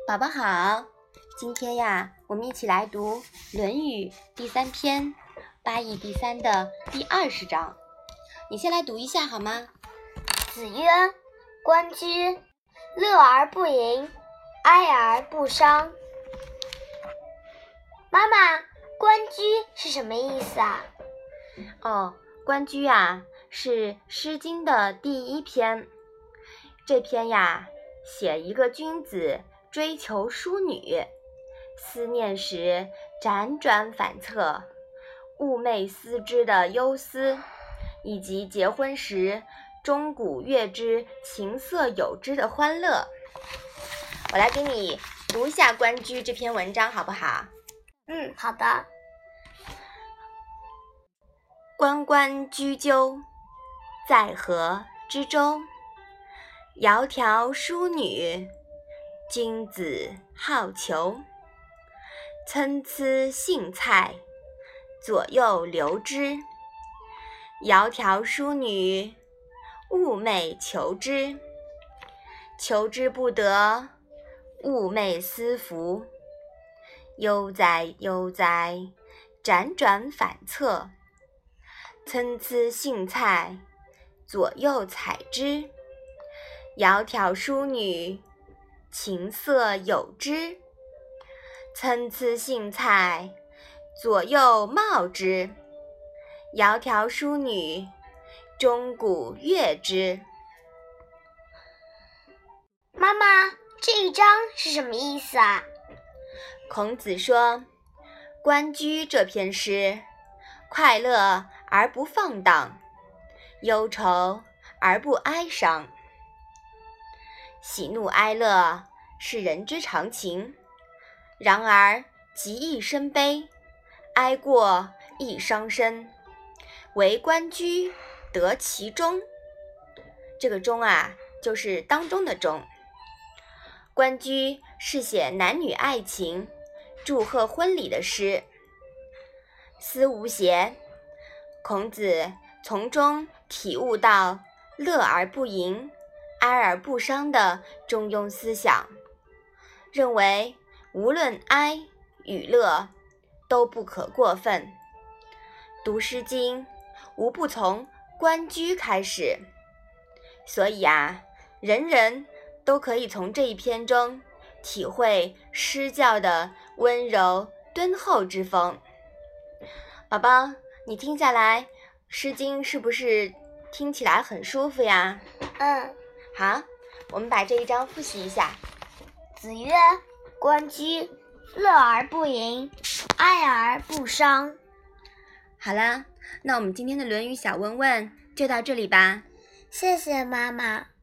宝宝好，今天呀，我们一起来读《论语》第3篇八义第3的第20章。你先来读一下好吗？ 子曰：关雎，乐而不淫，哀而不伤。妈妈，关雎是什么意思啊？ 关雎啊，是《诗经》的第1篇。这篇呀，写一个君子追求淑女，思念时辗转反侧，寤寐思之的忧思，以及结婚时钟鼓乐之、琴瑟友之的欢乐。我来给你读一下《关雎》这篇文章好不好？ 好的。 关关雎鸠，在河之洲。窈窕淑女，君子好逑。参差荇菜，左右流之。窈窕淑女，寤寐求之。求之不得，寤寐思服。悠哉悠哉，辗转反侧。参差荇菜，左右采之。窈窕淑女，琴瑟友之。参差荇菜，左右芼之。窈窕淑女，钟鼓乐之。 妈妈，这一章是什么意思啊？ 孔子说，关雎这篇诗，快乐而不放荡，忧愁而不哀伤。喜怒哀乐是人之常情，然而极易生悲，哀过易伤身，唯关雎得其中。这个中啊，就是当中的中。关雎是写男女爱情、祝贺婚礼的诗。思无邪，孔子从中体悟到乐而不淫，哀而不伤的中庸思想，认为无论哀与乐都不可过分。读《诗经》无不从关雎开始，所以啊，人人都可以从这一篇中体会诗教的温柔敦厚之风。宝宝，你听下来，《诗经》是不是听起来很舒服呀？好，我们把这一章复习一下。 子曰：关雎，乐而不淫，哀而不伤。 好啦，那我们今天的《论语》小问问就到这里吧。 谢谢妈妈。